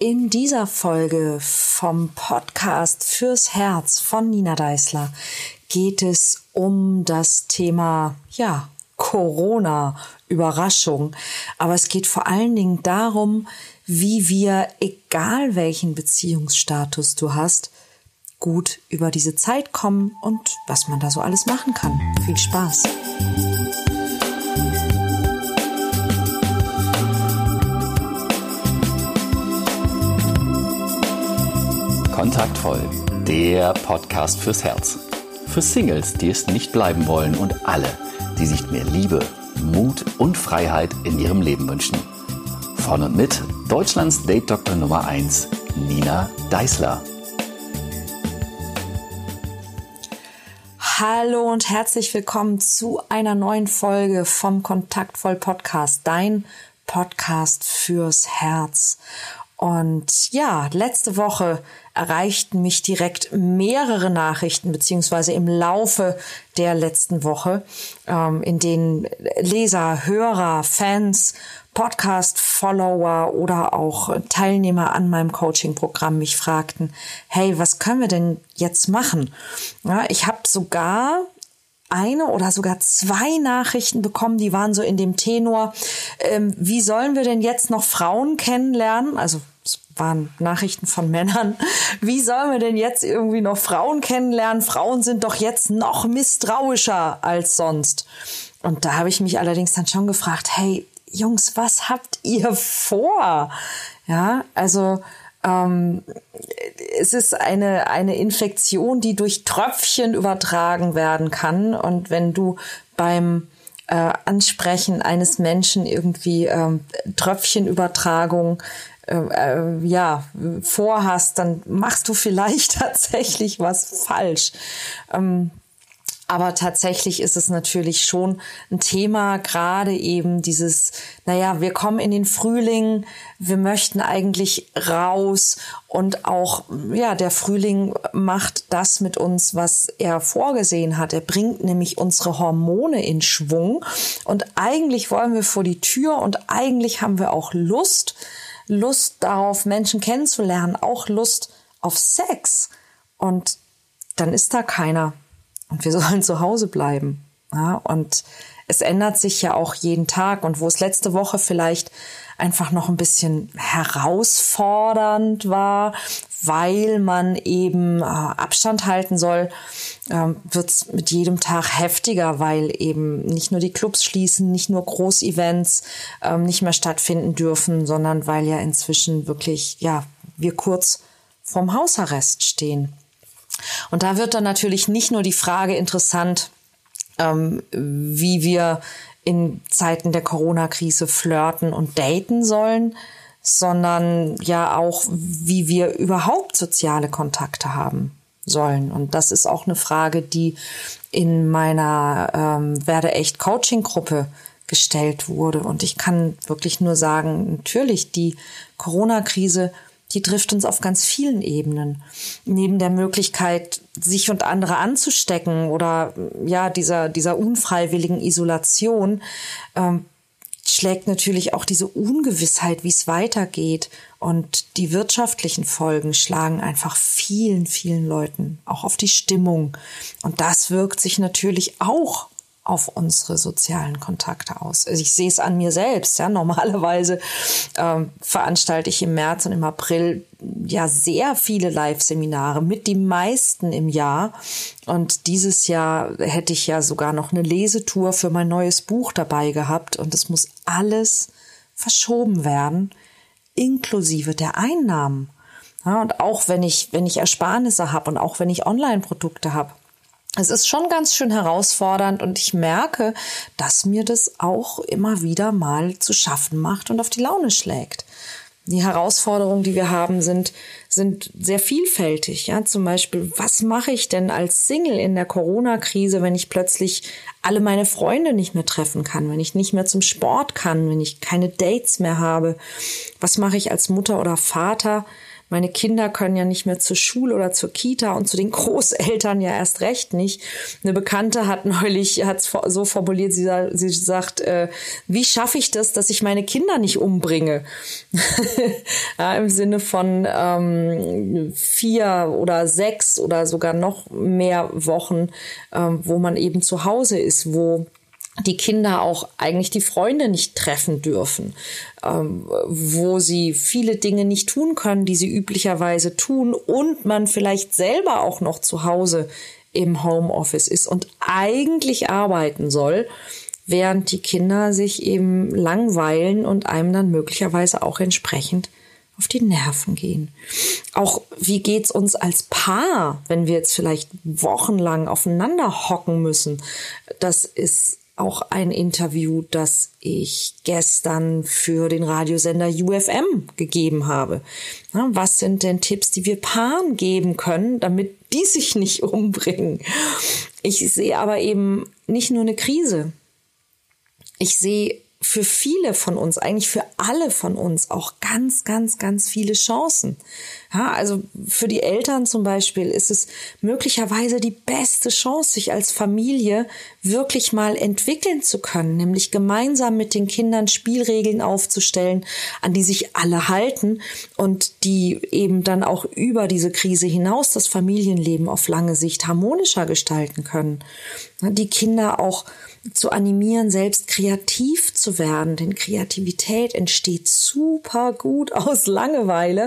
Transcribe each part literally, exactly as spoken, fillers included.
in dieser Folge vom Podcast Fürs Herz von Nina Deißler geht es um das Thema, ja, Corona, Überraschung. Aber es geht vor allen Dingen darum, wie wir, egal welchen Beziehungsstatus du hast, gut über diese Zeit kommen und was man da so alles machen kann. Viel Spaß! Kontaktvoll, der Podcast fürs Herz. Für Singles, die es nicht bleiben wollen und alle, die sich mehr Liebe, Mut und Freiheit in ihrem Leben wünschen. Von und mit Deutschlands Date-Doktor Nummer eins, Nina Deißler. Hallo und herzlich willkommen zu einer neuen Folge vom Kontaktvoll Podcast, dein Podcast fürs Herz. Und ja, letzte Woche erreichten mich direkt mehrere Nachrichten, beziehungsweise im Laufe der letzten Woche, ähm, in denen Leser, Hörer, Fans, Podcast-Follower oder auch Teilnehmer an meinem Coaching-Programm mich fragten, hey, was können wir denn jetzt machen? Ja, ich habe sogar eine oder sogar zwei Nachrichten bekommen, die waren so in dem Tenor, ähm, wie sollen wir denn jetzt noch Frauen kennenlernen? Also es waren Nachrichten von Männern. Wie sollen wir denn jetzt irgendwie noch Frauen kennenlernen? Frauen sind doch jetzt noch misstrauischer als sonst. Und da habe ich mich allerdings dann schon gefragt, hey Jungs, was habt ihr vor? Ja, also ähm, es ist eine, eine Infektion, die durch Tröpfchen übertragen werden kann. Und wenn du beim äh, Ansprechen eines Menschen irgendwie ähm, Tröpfchenübertragung äh, äh, ja, vorhast, dann machst du vielleicht tatsächlich was falsch. Ähm, Aber tatsächlich ist es natürlich schon ein Thema, gerade eben dieses, naja, wir kommen in den Frühling, wir möchten eigentlich raus und auch, ja, der Frühling macht das mit uns, was er vorgesehen hat. Er bringt nämlich unsere Hormone in Schwung und eigentlich wollen wir vor die Tür und eigentlich haben wir auch Lust, Lust darauf, Menschen kennenzulernen, auch Lust auf Sex. Und dann ist da keiner. Und wir sollen zu Hause bleiben. Ja, und es ändert sich ja auch jeden Tag. Und wo es letzte Woche vielleicht einfach noch ein bisschen herausfordernd war, weil man eben äh, Abstand halten soll, äh, wird es mit jedem Tag heftiger, weil eben nicht nur die Clubs schließen, nicht nur Großevents äh, nicht mehr stattfinden dürfen, sondern weil ja inzwischen wirklich, ja, wir kurz vorm Hausarrest stehen. Und da wird dann natürlich nicht nur die Frage interessant, ähm, wie wir in Zeiten der Corona-Krise flirten und daten sollen, sondern ja auch, wie wir überhaupt soziale Kontakte haben sollen. Und das ist auch eine Frage, die in meiner ähm, Werde echt Coaching-Gruppe gestellt wurde. Und ich kann wirklich nur sagen, natürlich, die Corona-Krise, die trifft uns auf ganz vielen Ebenen. Neben der Möglichkeit, sich und andere anzustecken oder ja dieser dieser unfreiwilligen Isolation, ähm, schlägt natürlich auch diese Ungewissheit, wie es weitergeht. Und die wirtschaftlichen Folgen schlagen einfach vielen, vielen Leuten auch auf die Stimmung. Und das wirkt sich natürlich auch auf unsere sozialen Kontakte aus. Also ich sehe es an mir selbst. Ja, normalerweise ähm, veranstalte ich im März und im April ja sehr viele Live-Seminare, mit die meisten im Jahr. Und dieses Jahr hätte ich ja sogar noch eine Lesetour für mein neues Buch dabei gehabt. Und es muss alles verschoben werden, inklusive der Einnahmen. Ja, und auch wenn ich, wenn ich Ersparnisse habe und auch wenn ich Online-Produkte habe, es ist schon ganz schön herausfordernd und ich merke, dass mir das auch immer wieder mal zu schaffen macht und auf die Laune schlägt. Die Herausforderungen, die wir haben, sind, sind sehr vielfältig. Ja, zum Beispiel, was mache ich denn als Single in der Corona-Krise, wenn ich plötzlich alle meine Freunde nicht mehr treffen kann, wenn ich nicht mehr zum Sport kann, wenn ich keine Dates mehr habe? Was mache ich als Mutter oder Vater, Meine Kinder können ja nicht mehr zur Schule oder zur Kita und zu den Großeltern ja erst recht nicht. Eine Bekannte hat neulich, hat es so formuliert, sie, sie sagt, äh, wie schaffe ich das, dass ich meine Kinder nicht umbringe? Ja, im Sinne von ähm, vier oder sechs oder sogar noch mehr Wochen, ähm, wo man eben zu Hause ist, wo die Kinder auch eigentlich die Freunde nicht treffen dürfen, ähm, wo sie viele Dinge nicht tun können, die sie üblicherweise tun, und man vielleicht selber auch noch zu Hause im Homeoffice ist und eigentlich arbeiten soll, während die Kinder sich eben langweilen und einem dann möglicherweise auch entsprechend auf die Nerven gehen. Auch wie geht's uns als Paar, wenn wir jetzt vielleicht wochenlang aufeinander hocken müssen? Das ist auch ein Interview, das ich gestern für den Radiosender U F M gegeben habe. Was sind denn Tipps, die wir Paaren geben können, damit die sich nicht umbringen? Ich sehe aber eben nicht nur eine Krise. Ich sehe für viele von uns, eigentlich für alle von uns auch ganz, ganz, ganz viele Chancen. Ja, also für die Eltern zum Beispiel ist es möglicherweise die beste Chance, sich als Familie wirklich mal entwickeln zu können, nämlich gemeinsam mit den Kindern Spielregeln aufzustellen, an die sich alle halten und die eben dann auch über diese Krise hinaus das Familienleben auf lange Sicht harmonischer gestalten können. Die Kinder auch zu animieren, selbst kreativ zu werden, denn Kreativität entsteht super gut aus Langeweile.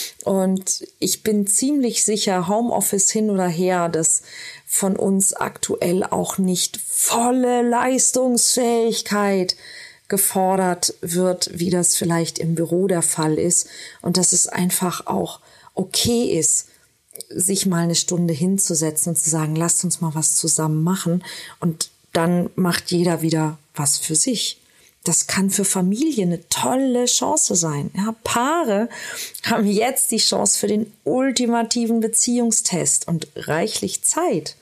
Und ich bin ziemlich sicher, Homeoffice hin oder her, dass von uns aktuell auch nicht volle Leistungsfähigkeit gefordert wird, wie das vielleicht im Büro der Fall ist. Und dass es einfach auch okay ist, sich mal eine Stunde hinzusetzen und zu sagen, lasst uns mal was zusammen machen, und dann macht jeder wieder was für sich. Das kann für Familien eine tolle Chance sein. Ja, Paare haben jetzt die Chance für den ultimativen Beziehungstest und reichlich Zeit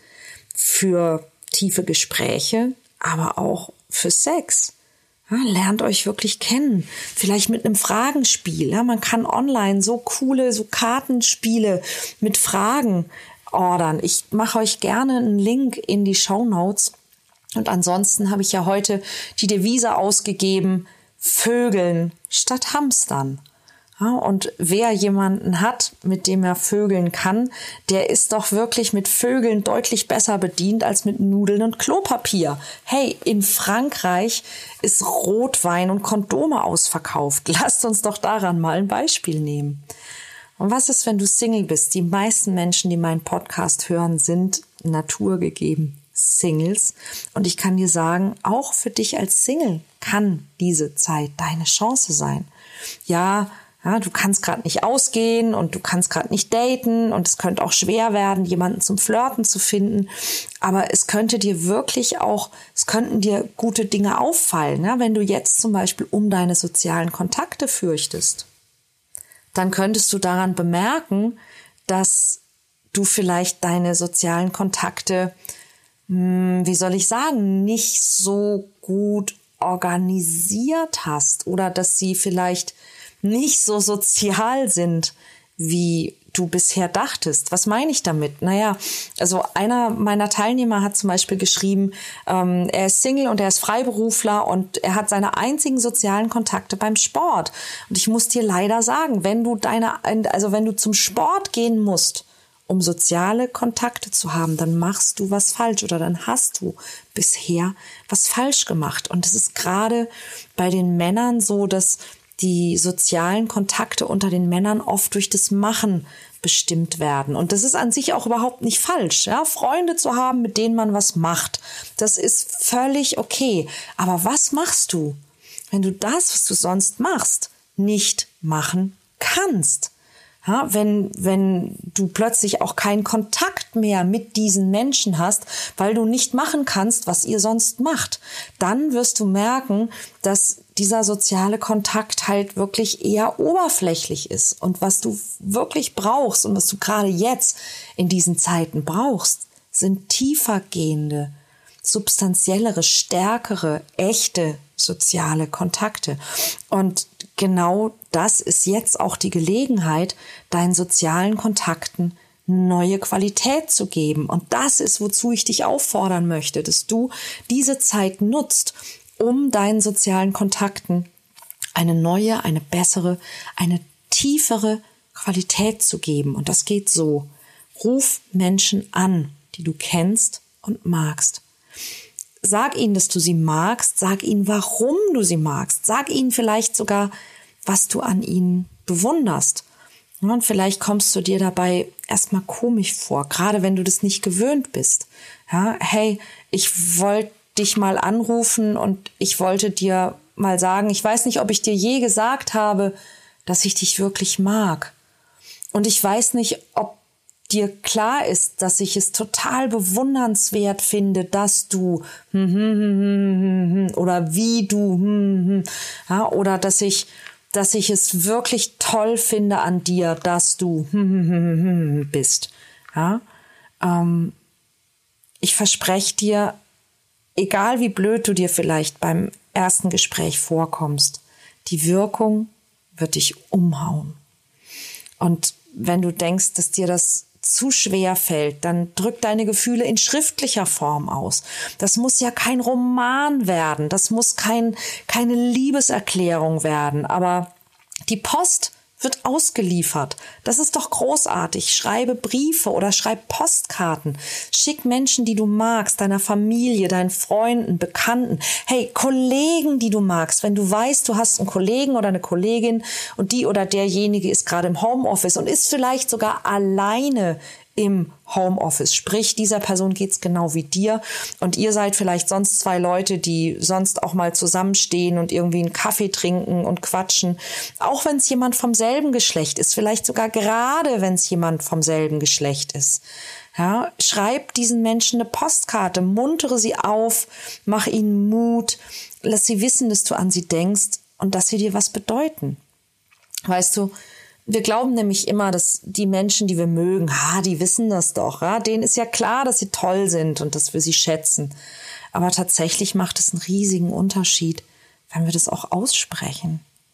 für tiefe Gespräche, aber auch für Sex. Ja, lernt euch wirklich kennen. Vielleicht mit einem Fragenspiel. Ja, man kann online so coole, so Kartenspiele mit Fragen ordern. Ich mache euch gerne einen Link in die Shownotes. Und ansonsten habe ich ja heute die Devise ausgegeben, Vögeln statt Hamstern. Ja, und wer jemanden hat, mit dem er vögeln kann, der ist doch wirklich mit Vögeln deutlich besser bedient als mit Nudeln und Klopapier. Hey, in Frankreich ist Rotwein und Kondome ausverkauft. Lasst uns doch daran mal ein Beispiel nehmen. Und was ist, wenn du Single bist? Die meisten Menschen, die meinen Podcast hören, sind naturgegeben Singles. Und ich kann dir sagen, auch für dich als Single kann diese Zeit deine Chance sein. Ja, ja, du kannst gerade nicht ausgehen und du kannst gerade nicht daten und es könnte auch schwer werden, jemanden zum Flirten zu finden. Aber es könnte dir wirklich auch, es könnten dir gute Dinge auffallen, ja, wenn du jetzt zum Beispiel um deine sozialen Kontakte fürchtest. Dann könntest du daran bemerken, dass du vielleicht deine sozialen Kontakte, wie soll ich sagen, nicht so gut organisiert hast oder dass sie vielleicht nicht so sozial sind, wie du bisher dachtest. Was meine ich damit? Naja, also einer meiner Teilnehmer hat zum Beispiel geschrieben, ähm, er ist Single und er ist Freiberufler und er hat seine einzigen sozialen Kontakte beim Sport. Und ich muss dir leider sagen, wenn du deine, also wenn du zum Sport gehen musst, um soziale Kontakte zu haben, dann machst du was falsch oder dann hast du bisher was falsch gemacht. Und es ist gerade bei den Männern so, dass die sozialen Kontakte unter den Männern oft durch das Machen bestimmt werden. Und das ist an sich auch überhaupt nicht falsch, ja, Freunde zu haben, mit denen man was macht. Das ist völlig okay. Aber was machst du, wenn du das, was du sonst machst, nicht machen kannst? Ja, wenn, wenn du plötzlich auch keinen Kontakt mehr mit diesen Menschen hast, weil du nicht machen kannst, was ihr sonst macht, dann wirst du merken, dass dieser soziale Kontakt halt wirklich eher oberflächlich ist. Und was du wirklich brauchst und was du gerade jetzt in diesen Zeiten brauchst, sind tiefergehende substanziellere, stärkere, echte soziale Kontakte. Und genau das ist jetzt auch die Gelegenheit, deinen sozialen Kontakten neue Qualität zu geben. Und das ist, wozu ich dich auffordern möchte, dass du diese Zeit nutzt, um deinen sozialen Kontakten eine neue, eine bessere, eine tiefere Qualität zu geben. Und das geht so. Ruf Menschen an, die du kennst und magst. Sag ihnen, dass du sie magst. Sag ihnen, warum du sie magst. Sag ihnen vielleicht sogar, was du an ihnen bewunderst. Und vielleicht kommst du dir dabei erstmal komisch vor, gerade wenn du das nicht gewöhnt bist. Ja, hey, ich wollte dich mal anrufen und ich wollte dir mal sagen, ich weiß nicht, ob ich dir je gesagt habe, dass ich dich wirklich mag. Und ich weiß nicht, ob dir klar ist, dass ich es total bewundernswert finde, dass du oder wie du ja, oder dass ich dass ich es wirklich toll finde an dir, dass du bist. Ja? Ähm, ich verspreche dir, egal wie blöd du dir vielleicht beim ersten Gespräch vorkommst, die Wirkung wird dich umhauen. Und wenn du denkst, dass dir das zu schwer fällt, dann drück deine Gefühle in schriftlicher Form aus. Das muss ja kein Roman werden, das muss kein, keine Liebeserklärung werden, aber die Post wird ausgeliefert. Das ist doch großartig. Schreibe Briefe oder schreib Postkarten. Schick Menschen, die du magst, deiner Familie, deinen Freunden, Bekannten. Hey, Kollegen, die du magst. Wenn du weißt, du hast einen Kollegen oder eine Kollegin und die oder derjenige ist gerade im Homeoffice und ist vielleicht sogar alleine im Homeoffice. Sprich, dieser Person geht's genau wie dir und ihr seid vielleicht sonst zwei Leute, die sonst auch mal zusammenstehen und irgendwie einen Kaffee trinken und quatschen. Auch wenn es jemand vom selben Geschlecht ist, vielleicht sogar gerade, wenn es jemand vom selben Geschlecht ist. Ja, schreib diesen Menschen eine Postkarte, muntere sie auf, mach ihnen Mut, lass sie wissen, dass du an sie denkst und dass sie dir was bedeuten. Weißt du, wir glauben nämlich immer, dass die Menschen, die wir mögen, ha, die wissen das doch. Ja? Denen ist ja klar, dass sie toll sind und dass wir sie schätzen. Aber tatsächlich macht es einen riesigen Unterschied, wenn wir das auch aussprechen.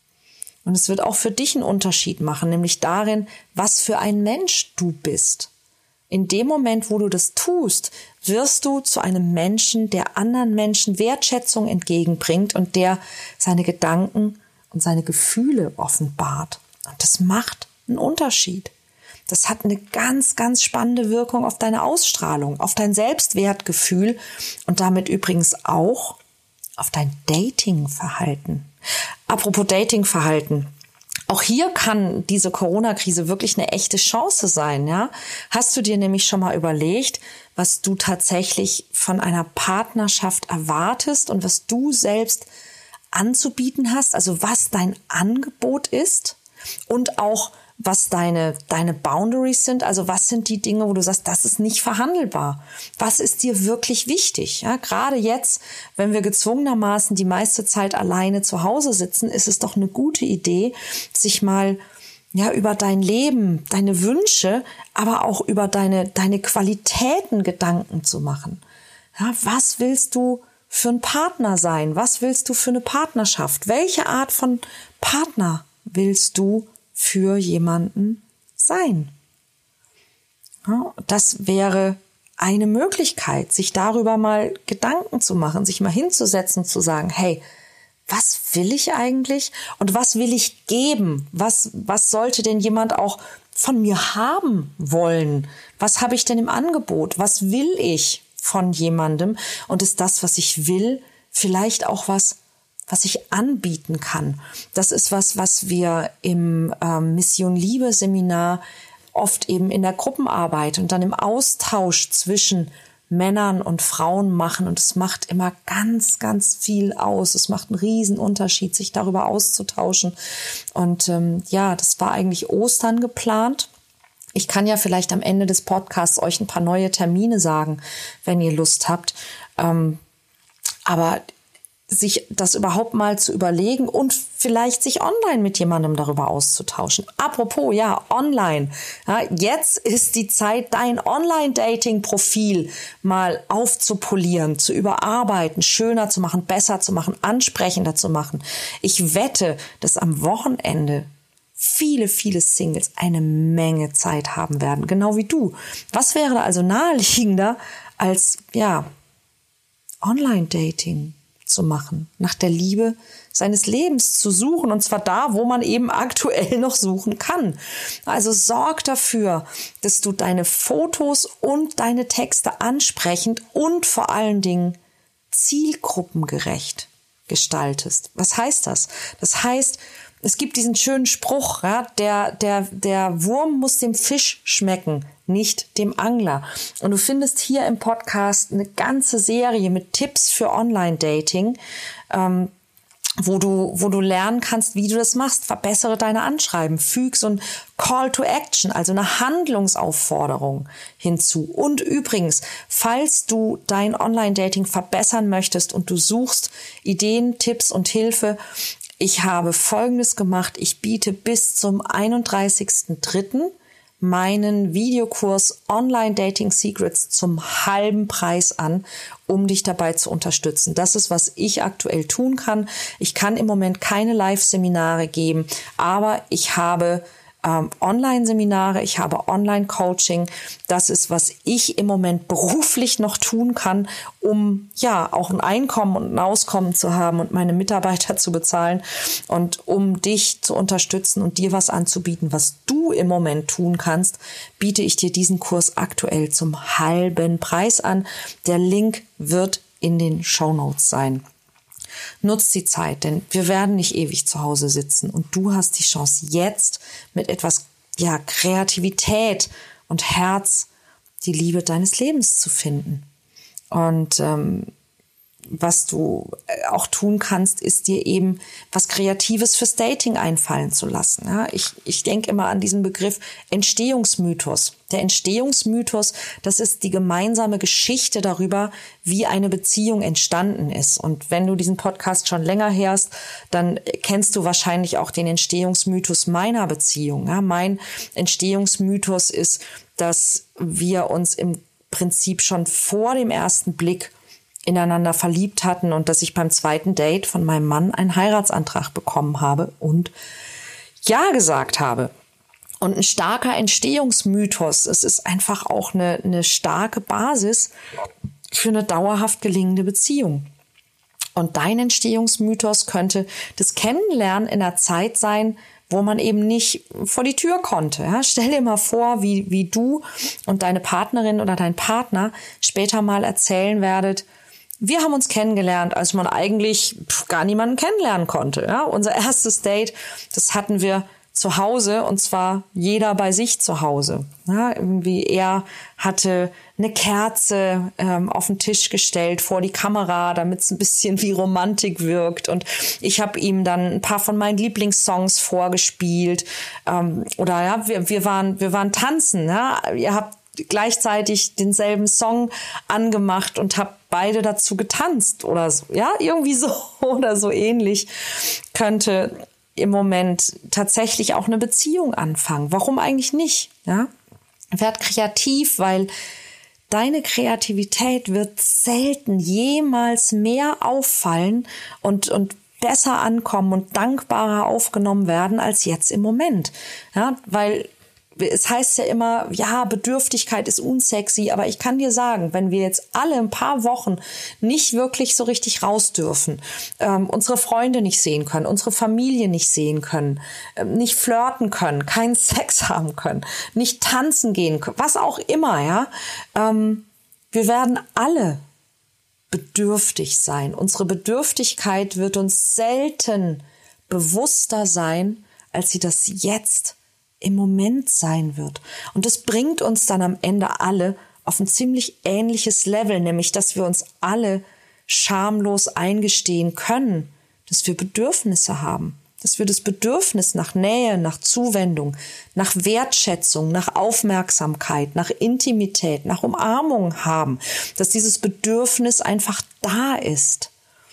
Und es wird auch für dich einen Unterschied machen, nämlich darin, was für ein Mensch du bist. In dem Moment, wo du das tust, wirst du zu einem Menschen, der anderen Menschen Wertschätzung entgegenbringt und der seine Gedanken und seine Gefühle offenbart. Und das macht einen Unterschied. Das hat eine ganz, ganz spannende Wirkung auf deine Ausstrahlung, auf dein Selbstwertgefühl und damit übrigens auch auf dein Datingverhalten. Apropos Datingverhalten. Auch hier kann diese Corona-Krise wirklich eine echte Chance sein, ja? Hast du dir nämlich schon mal überlegt, was du tatsächlich von einer Partnerschaft erwartest und was du selbst anzubieten hast, also was dein Angebot ist? Und auch, was deine, deine Boundaries sind, also was sind die Dinge, wo du sagst, das ist nicht verhandelbar. Was ist dir wirklich wichtig? Ja, gerade jetzt, wenn wir gezwungenermaßen die meiste Zeit alleine zu Hause sitzen, ist es doch eine gute Idee, sich mal ja über dein Leben, deine Wünsche, aber auch über deine, deine Qualitäten Gedanken zu machen. Ja, was willst du für ein Partner sein? Was willst du für eine Partnerschaft? Welche Art von Partner willst du für jemanden sein? Ja, das wäre eine Möglichkeit, sich darüber mal Gedanken zu machen, sich mal hinzusetzen, zu sagen, hey, was will ich eigentlich und was will ich geben? Was, was sollte denn jemand auch von mir haben wollen? Was habe ich denn im Angebot? Was will ich von jemandem? Und ist das, was ich will, vielleicht auch was, was ich anbieten kann? Das ist was, was wir im ähm, Mission Liebe Seminar oft eben in der Gruppenarbeit und dann im Austausch zwischen Männern und Frauen machen. Und es macht immer ganz, ganz viel aus. Es macht einen riesen Unterschied, sich darüber auszutauschen. Und ähm, ja, das war eigentlich Ostern geplant. Ich kann ja vielleicht am Ende des Podcasts euch ein paar neue Termine sagen, wenn ihr Lust habt. Ähm, aber sich das überhaupt mal zu überlegen und vielleicht sich online mit jemandem darüber auszutauschen. Apropos, ja, online. Ja, jetzt ist die Zeit, dein Online-Dating-Profil mal aufzupolieren, zu überarbeiten, schöner zu machen, besser zu machen, ansprechender zu machen. Ich wette, dass am Wochenende viele, viele Singles eine Menge Zeit haben werden, genau wie du. Was wäre also naheliegender als, ja, Online-Dating zu machen, nach der Liebe seines Lebens zu suchen, und zwar da, wo man eben aktuell noch suchen kann. Also sorg dafür, dass du deine Fotos und deine Texte ansprechend und vor allen Dingen zielgruppengerecht gestaltest. Was heißt das? Das heißt, es gibt diesen schönen Spruch, ja, der, der, der Wurm muss dem Fisch schmecken, nicht dem Angler. Und du findest hier im Podcast eine ganze Serie mit Tipps für Online-Dating, ähm, wo du, wo du lernen kannst, wie du das machst. Verbessere deine Anschreiben, füg so ein Call to Action, also eine Handlungsaufforderung hinzu. Und übrigens, falls du dein Online-Dating verbessern möchtest und du suchst Ideen, Tipps und Hilfe, ich habe Folgendes gemacht. Ich biete bis zum einunddreißigsten dritten meinen Videokurs Online Dating Secrets zum halben Preis an, um dich dabei zu unterstützen. Das ist, was ich aktuell tun kann. Ich kann im Moment keine Live-Seminare geben, aber ich habe ähm, Online-Seminare, ich habe Online-Coaching. Das ist, was ich im Moment beruflich noch tun kann, um ja auch ein Einkommen und ein Auskommen zu haben und meine Mitarbeiter zu bezahlen und um dich zu unterstützen und dir was anzubieten, was du im Moment tun kannst, biete ich dir diesen Kurs aktuell zum halben Preis an. Der Link wird in den Shownotes sein. Nutz die Zeit, denn wir werden nicht ewig zu Hause sitzen und du hast die Chance, jetzt mit etwas ja, Kreativität und Herz die Liebe deines Lebens zu finden. Und ähm, was du auch tun kannst, ist dir eben was Kreatives fürs Dating einfallen zu lassen. Ja, ich, ich denke immer an diesen Begriff Entstehungsmythos. Der Entstehungsmythos, das ist die gemeinsame Geschichte darüber, wie eine Beziehung entstanden ist. Und wenn du diesen Podcast schon länger hörst, dann kennst du wahrscheinlich auch den Entstehungsmythos meiner Beziehung. Ja, mein Entstehungsmythos ist, dass wir uns im Prinzip schon vor dem ersten Blick ineinander verliebt hatten und dass ich beim zweiten Date von meinem Mann einen Heiratsantrag bekommen habe und Ja gesagt habe. Und ein starker Entstehungsmythos, es ist einfach auch eine, eine starke Basis für eine dauerhaft gelingende Beziehung. Und dein Entstehungsmythos könnte das Kennenlernen in einer Zeit sein, wo man eben nicht vor die Tür konnte. Ja, stell dir mal vor, wie, wie du und deine Partnerin oder dein Partner später mal erzählen werdet, wir haben uns kennengelernt, als man eigentlich gar niemanden kennenlernen konnte. Ja, unser erstes Date, das hatten wir zu Hause und zwar jeder bei sich zu Hause. Ja, irgendwie er hatte eine Kerze ähm, auf den Tisch gestellt vor die Kamera, damit es ein bisschen wie Romantik wirkt. Und ich habe ihm dann ein paar von meinen Lieblingssongs vorgespielt. Ähm, oder ja, wir, wir waren wir waren tanzen. Ja, ihr habt gleichzeitig denselben Song angemacht und habe beide dazu getanzt oder so. Ja, irgendwie so oder so ähnlich könnte im Moment tatsächlich auch eine Beziehung anfangen. Warum eigentlich nicht? Ja, werd kreativ, weil deine Kreativität wird selten jemals mehr auffallen und und besser ankommen und dankbarer aufgenommen werden als jetzt im Moment. Ja, weil es heißt ja immer, ja, Bedürftigkeit ist unsexy, aber ich kann dir sagen, wenn wir jetzt alle ein paar Wochen nicht wirklich so richtig raus dürfen, ähm, unsere Freunde nicht sehen können, unsere Familie nicht sehen können, ähm, nicht flirten können, keinen Sex haben können, nicht tanzen gehen können, was auch immer, ja, ähm, wir werden alle bedürftig sein. Unsere Bedürftigkeit wird uns selten bewusster sein, als sie das jetzt im Moment sein wird. Und das bringt uns dann am Ende alle auf ein ziemlich ähnliches Level, nämlich, dass wir uns alle schamlos eingestehen können, dass wir Bedürfnisse haben, dass wir das Bedürfnis nach Nähe, nach Zuwendung, nach Wertschätzung, nach Aufmerksamkeit, nach Intimität, nach Umarmung haben, dass dieses Bedürfnis einfach da ist.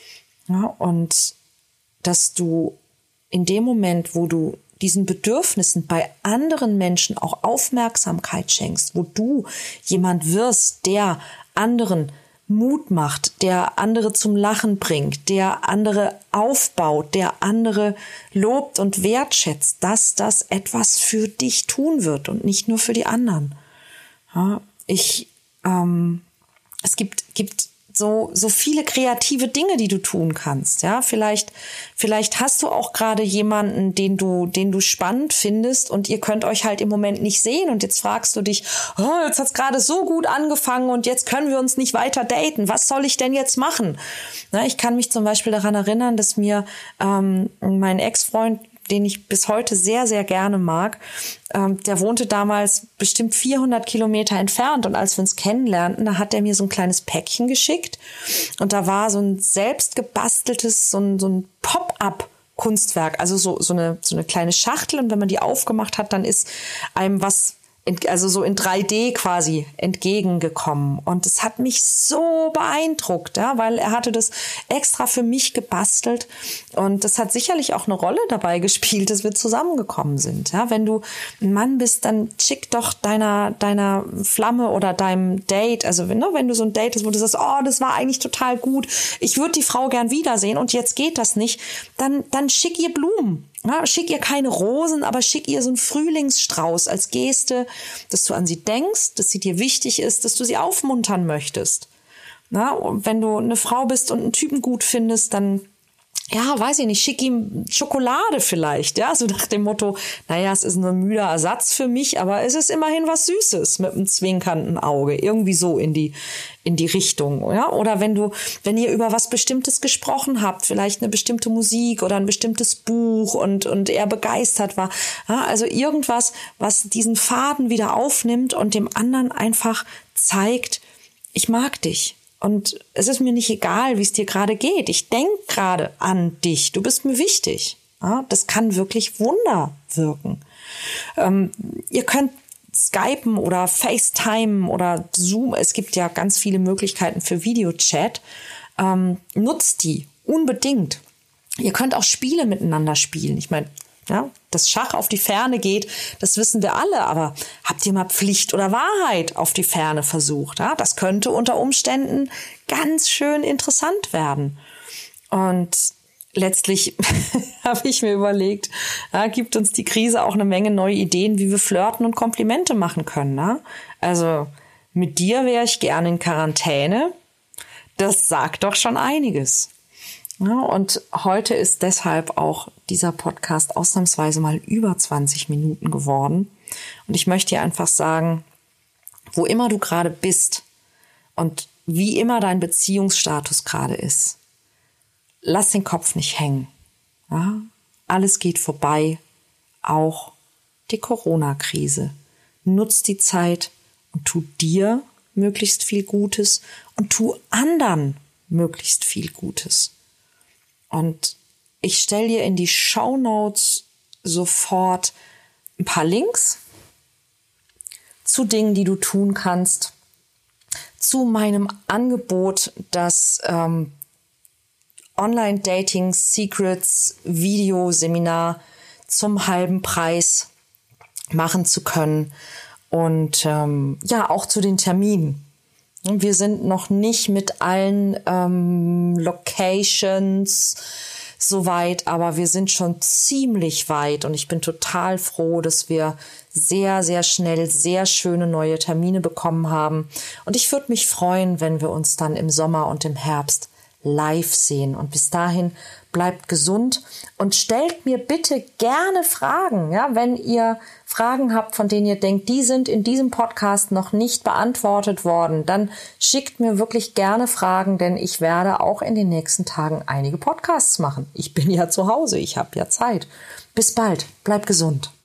Ja, und dass du in dem Moment, wo du diesen Bedürfnissen bei anderen Menschen auch Aufmerksamkeit schenkst, wo du jemand wirst, der anderen Mut macht, der andere zum Lachen bringt, der andere aufbaut, der andere lobt und wertschätzt, dass das etwas für dich tun wird und nicht nur für die anderen. Ja, ich, ähm, es gibt, gibt so, so viele kreative Dinge, die du tun kannst. Ja, vielleicht, vielleicht hast du auch gerade jemanden, den du, den du spannend findest und ihr könnt euch halt im Moment nicht sehen und jetzt fragst du dich, oh, jetzt hat's gerade so gut angefangen und jetzt können wir uns nicht weiter daten. Was soll ich denn jetzt machen? Na, ich kann mich zum Beispiel daran erinnern, dass mir ähm, mein Ex-Freund, den ich bis heute sehr, sehr gerne mag, ähm, der wohnte damals bestimmt vierhundert Kilometer entfernt und als wir uns kennenlernten, da hat er mir so ein kleines Päckchen geschickt und da war so ein selbst gebasteltes, so ein, so ein Pop-up-Kunstwerk, also so, so eine, so eine kleine Schachtel und wenn man die aufgemacht hat, dann ist einem was also so in drei D quasi entgegengekommen. Und es hat mich so beeindruckt, ja, weil er hatte das extra für mich gebastelt. Und das hat sicherlich auch eine Rolle dabei gespielt, dass wir zusammengekommen sind. Ja, wenn du ein Mann bist, dann schick doch deiner, deiner Flamme oder deinem Date, also wenn, ne, wenn du so ein Date hast, wo du sagst, oh, das war eigentlich total gut, ich würde die Frau gern wiedersehen und jetzt geht das nicht, dann, dann schick ihr Blumen. Ja, schick ihr keine Rosen, aber schick ihr so einen Frühlingsstrauß als Geste, dass du an sie denkst, dass sie dir wichtig ist, dass du sie aufmuntern möchtest. Ja, und wenn du eine Frau bist und einen Typen gut findest, dann, ja, weiß ich nicht, schick ihm Schokolade vielleicht, ja, so nach dem Motto, naja, es ist nur ein müder Ersatz für mich, aber es ist immerhin was Süßes mit einem zwinkernden Auge, irgendwie so in die, in die Richtung, ja, oder wenn du, wenn ihr über was Bestimmtes gesprochen habt, vielleicht eine bestimmte Musik oder ein bestimmtes Buch und, und er begeistert war, ja, also irgendwas, was diesen Faden wieder aufnimmt und dem anderen einfach zeigt, ich mag dich. Und es ist mir nicht egal, wie es dir gerade geht. Ich denke gerade an dich. Du bist mir wichtig. Ja, das kann wirklich Wunder wirken. Ähm, ihr könnt Skypen oder FaceTime oder Zoom. Es gibt ja ganz viele Möglichkeiten für Videochat. Ähm, nutzt die unbedingt. Ihr könnt auch Spiele miteinander spielen. Ich meine, ja, dass Schach auf die Ferne geht, das wissen wir alle. Aber habt ihr mal Pflicht oder Wahrheit auf die Ferne versucht? Ja, das könnte unter Umständen ganz schön interessant werden. Und letztlich habe ich mir überlegt, ja, gibt uns die Krise auch eine Menge neue Ideen, wie wir flirten und Komplimente machen können. Ne? Also mit dir wäre ich gerne in Quarantäne. Das sagt doch schon einiges. Ja, und heute ist deshalb auch dieser Podcast ausnahmsweise mal über zwanzig Minuten geworden. Und ich möchte dir einfach sagen, wo immer du gerade bist und wie immer dein Beziehungsstatus gerade ist, lass den Kopf nicht hängen. Ja, alles geht vorbei, auch die Corona-Krise. Nutz die Zeit und tu dir möglichst viel Gutes und tu anderen möglichst viel Gutes. Und ich stelle dir in die Shownotes sofort ein paar Links zu Dingen, die du tun kannst, zu meinem Angebot, das ähm, Online-Dating Secrets Videoseminar zum halben Preis machen zu können und ähm, ja, auch zu den Terminen. Wir sind noch nicht mit allen ähm, Locations so weit, aber wir sind schon ziemlich weit und ich bin total froh, dass wir sehr, sehr schnell sehr schöne neue Termine bekommen haben. Und ich würde mich freuen, wenn wir uns dann im Sommer und im Herbst live sehen. Und bis dahin bleibt gesund und stellt mir bitte gerne Fragen. Ja, wenn ihr Fragen habt, von denen ihr denkt, die sind in diesem Podcast noch nicht beantwortet worden, dann schickt mir wirklich gerne Fragen, denn ich werde auch in den nächsten Tagen einige Podcasts machen. Ich bin ja zu Hause, ich habe ja Zeit. Bis bald, bleibt gesund.